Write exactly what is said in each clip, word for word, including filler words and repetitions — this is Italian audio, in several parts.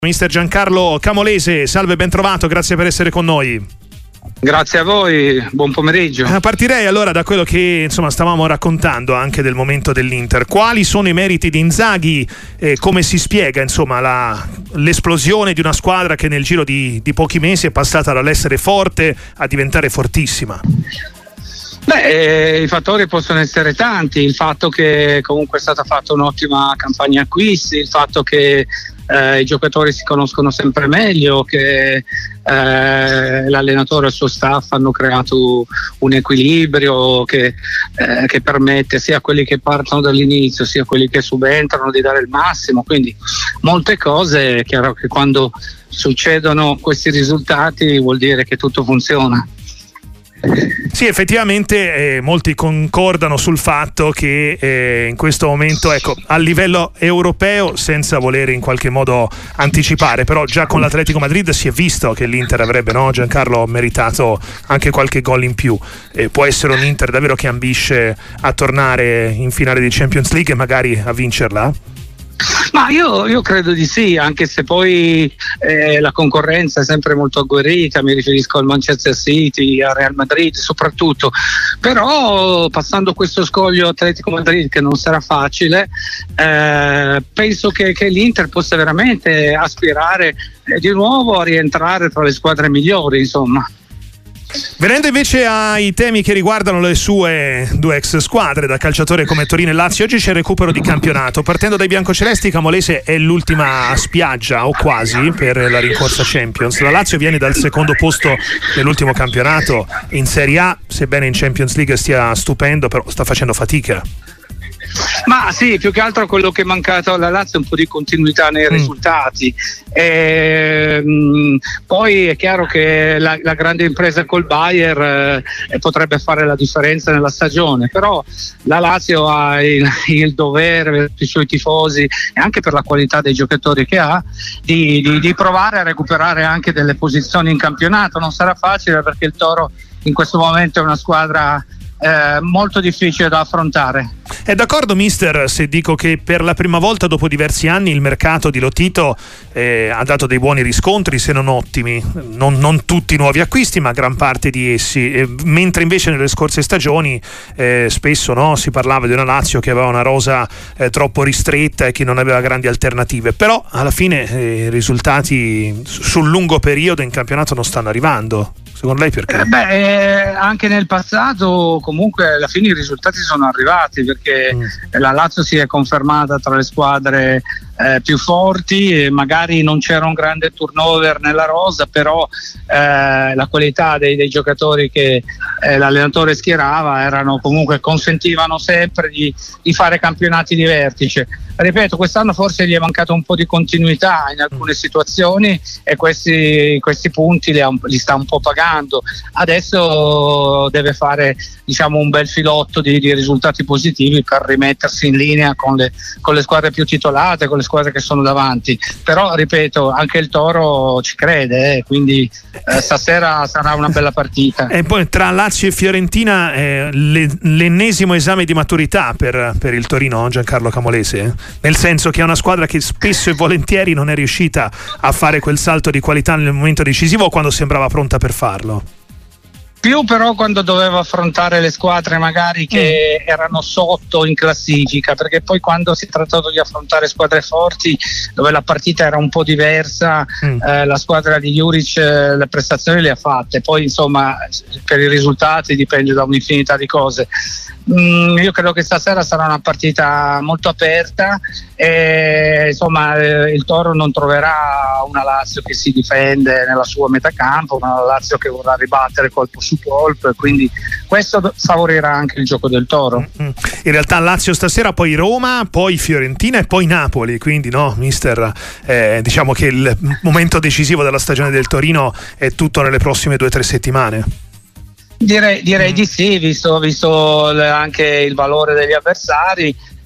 Mister Giancarlo Camolese, salve, ben trovato, grazie per essere con noi. Grazie a voi, buon pomeriggio. Eh, partirei allora da quello che insomma stavamo raccontando anche del momento dell'Inter. Quali sono i meriti di Inzaghi? Eh, come si spiega insomma la, l'esplosione di una squadra che nel giro di, di pochi mesi è passata dall'essere forte a diventare fortissima? Beh, eh, i fattori possono essere tanti, il fatto che comunque è stata fatta un'ottima campagna acquisti, il fatto che eh, i giocatori si conoscono sempre meglio, che eh, l'allenatore e il suo staff hanno creato un equilibrio che, eh, che permette sia a quelli che partono dall'inizio sia a quelli che subentrano di dare il massimo, quindi molte cose. È chiaro che quando succedono questi risultati vuol dire che tutto funziona. Sì, effettivamente eh, molti concordano sul fatto che eh, in questo momento, ecco, a livello europeo, senza volere in qualche modo anticipare, però già con l'Atletico Madrid si è visto che l'Inter avrebbe, no, Giancarlo, meritato anche qualche gol in più. Eh, può essere un Inter davvero che ambisce a tornare in finale di Champions League e magari a vincerla? Ma io, io credo di sì, anche se poi eh, la concorrenza è sempre molto agguerrita, mi riferisco al Manchester City, al Real Madrid soprattutto, però passando questo scoglio Atletico Madrid che non sarà facile, eh, penso che, che l'Inter possa veramente aspirare eh, di nuovo a rientrare tra le squadre migliori, insomma. Venendo invece ai temi che riguardano le sue due ex squadre da calciatore come Torino e Lazio, oggi c'è il recupero di campionato. Partendo dai biancocelesti, Camolese è l'ultima spiaggia o quasi per la rincorsa Champions. La Lazio viene dal secondo posto nell'ultimo campionato in Serie A, sebbene in Champions League stia stupendo, però sta facendo fatica. Ma sì, più che altro quello che è mancato alla Lazio è un po' di continuità nei mm. risultati. E, mh, poi è chiaro che la, la grande impresa col Bayern eh, potrebbe fare la differenza nella stagione, però la Lazio ha il, il dovere per i suoi tifosi e anche per la qualità dei giocatori che ha di, di, di provare a recuperare anche delle posizioni in campionato. Non sarà facile perché il Toro in questo momento è una squadra Eh, molto difficile da affrontare. È d'accordo, mister, se dico che per la prima volta dopo diversi anni il mercato di Lotito eh, ha dato dei buoni riscontri, se non ottimi, non, non tutti nuovi acquisti ma gran parte di essi, eh, mentre invece nelle scorse stagioni eh, spesso, no, si parlava di una Lazio che aveva una rosa eh, troppo ristretta e che non aveva grandi alternative, però alla fine eh, i risultati sul lungo periodo in campionato non stanno arrivando. Secondo lei perché? Eh beh, eh, anche nel passato comunque alla fine i risultati sono arrivati perché mm. la Lazio si è confermata tra le squadre eh, più forti e magari non c'era un grande turnover nella rosa, però eh, la qualità dei, dei giocatori che eh, l'allenatore schierava erano comunque consentivano sempre di, di fare campionati di vertice. Ripeto, quest'anno forse gli è mancato un po' di continuità in alcune situazioni e questi, questi punti li, ha, li sta un po' pagando. Adesso deve fare, diciamo, un bel filotto di, di risultati positivi per rimettersi in linea con le, con le squadre più titolate, con le squadre che sono davanti. Però, ripeto, anche il Toro ci crede, eh, quindi eh, stasera sarà una bella partita. E poi tra Lazio e Fiorentina eh, le, l'ennesimo esame di maturità per, per il Torino, Giancarlo Camolese, eh? Nel senso che è una squadra che spesso e volentieri non è riuscita a fare quel salto di qualità nel momento decisivo o quando sembrava pronta per farlo. Più però quando doveva affrontare le squadre magari che mm. erano sotto in classifica, perché poi quando si è trattato di affrontare squadre forti dove la partita era un po' diversa, mm. eh, la squadra di Juric eh, le prestazioni le ha fatte, poi insomma per i risultati dipende da un'infinità di cose. Mm, io credo che stasera sarà una partita molto aperta e insomma eh, il Toro non troverà una Lazio che si difende nella sua metà campo, ma una Lazio che vorrà ribattere colpo su colpo e quindi questo favorirà anche il gioco del Toro. In realtà Lazio stasera, poi Roma, poi Fiorentina e poi Napoli, quindi no, mister, eh, diciamo che il momento decisivo della stagione del Torino è tutto nelle prossime due o tre settimane. Direi, direi mm. di sì, visto, visto anche il valore degli avversari.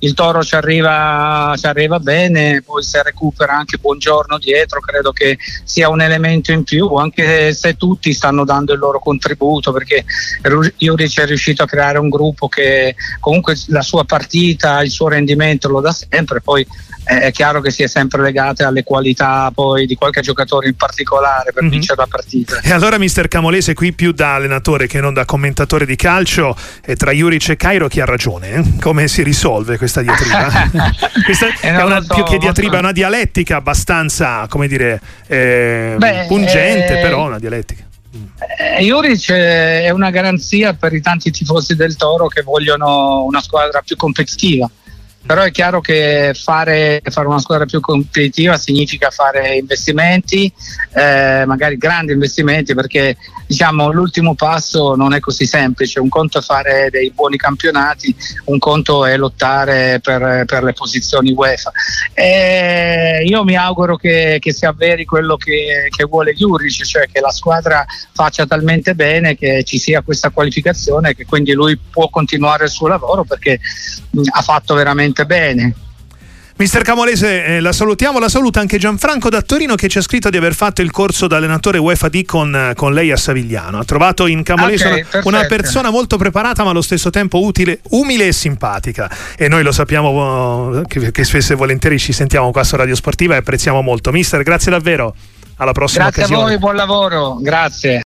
il Toro ci arriva, ci arriva bene, poi se recupera anche Buongiorno dietro credo che sia un elemento in più, anche se tutti stanno dando il loro contributo, perché Juric è riuscito a creare un gruppo che comunque la sua partita, il suo rendimento lo dà sempre, poi è chiaro che si è sempre legate alle qualità poi di qualche giocatore in particolare per mm-hmm. vincere la partita. E allora mister Camolese, qui più da allenatore che non da commentatore di calcio, e tra Juric e Cairo chi ha ragione? Eh? Come si risolve questa diatriba? questa è una, so, più che diatriba, è una dialettica abbastanza, come dire, eh, Beh, pungente, eh, però una dialettica. Eh, Juric è una garanzia per i tanti tifosi del Toro che vogliono una squadra più competitiva. Però è chiaro che fare, fare una squadra più competitiva significa fare investimenti, eh, magari grandi investimenti, perché diciamo l'ultimo passo non è così semplice. Un conto è fare dei buoni campionati, un conto è lottare per, per le posizioni UEFA. E io mi auguro che, che si avveri quello che, che vuole Juric, cioè che la squadra faccia talmente bene che ci sia questa qualificazione e che quindi lui può continuare il suo lavoro, perché mh, ha fatto veramente bene. Mister Camolese, eh, la salutiamo, la saluta anche Gianfranco da Torino, che ci ha scritto di aver fatto il corso da allenatore UEFA D con, con lei a Savigliano. Ha trovato in Camolese okay, una, una persona molto preparata ma allo stesso tempo utile, umile e simpatica, e noi lo sappiamo che, che spesso e volentieri ci sentiamo qua su Radio Sportiva e apprezziamo molto. Mister, grazie davvero, alla prossima grazie occasione. Grazie a voi, buon lavoro, grazie.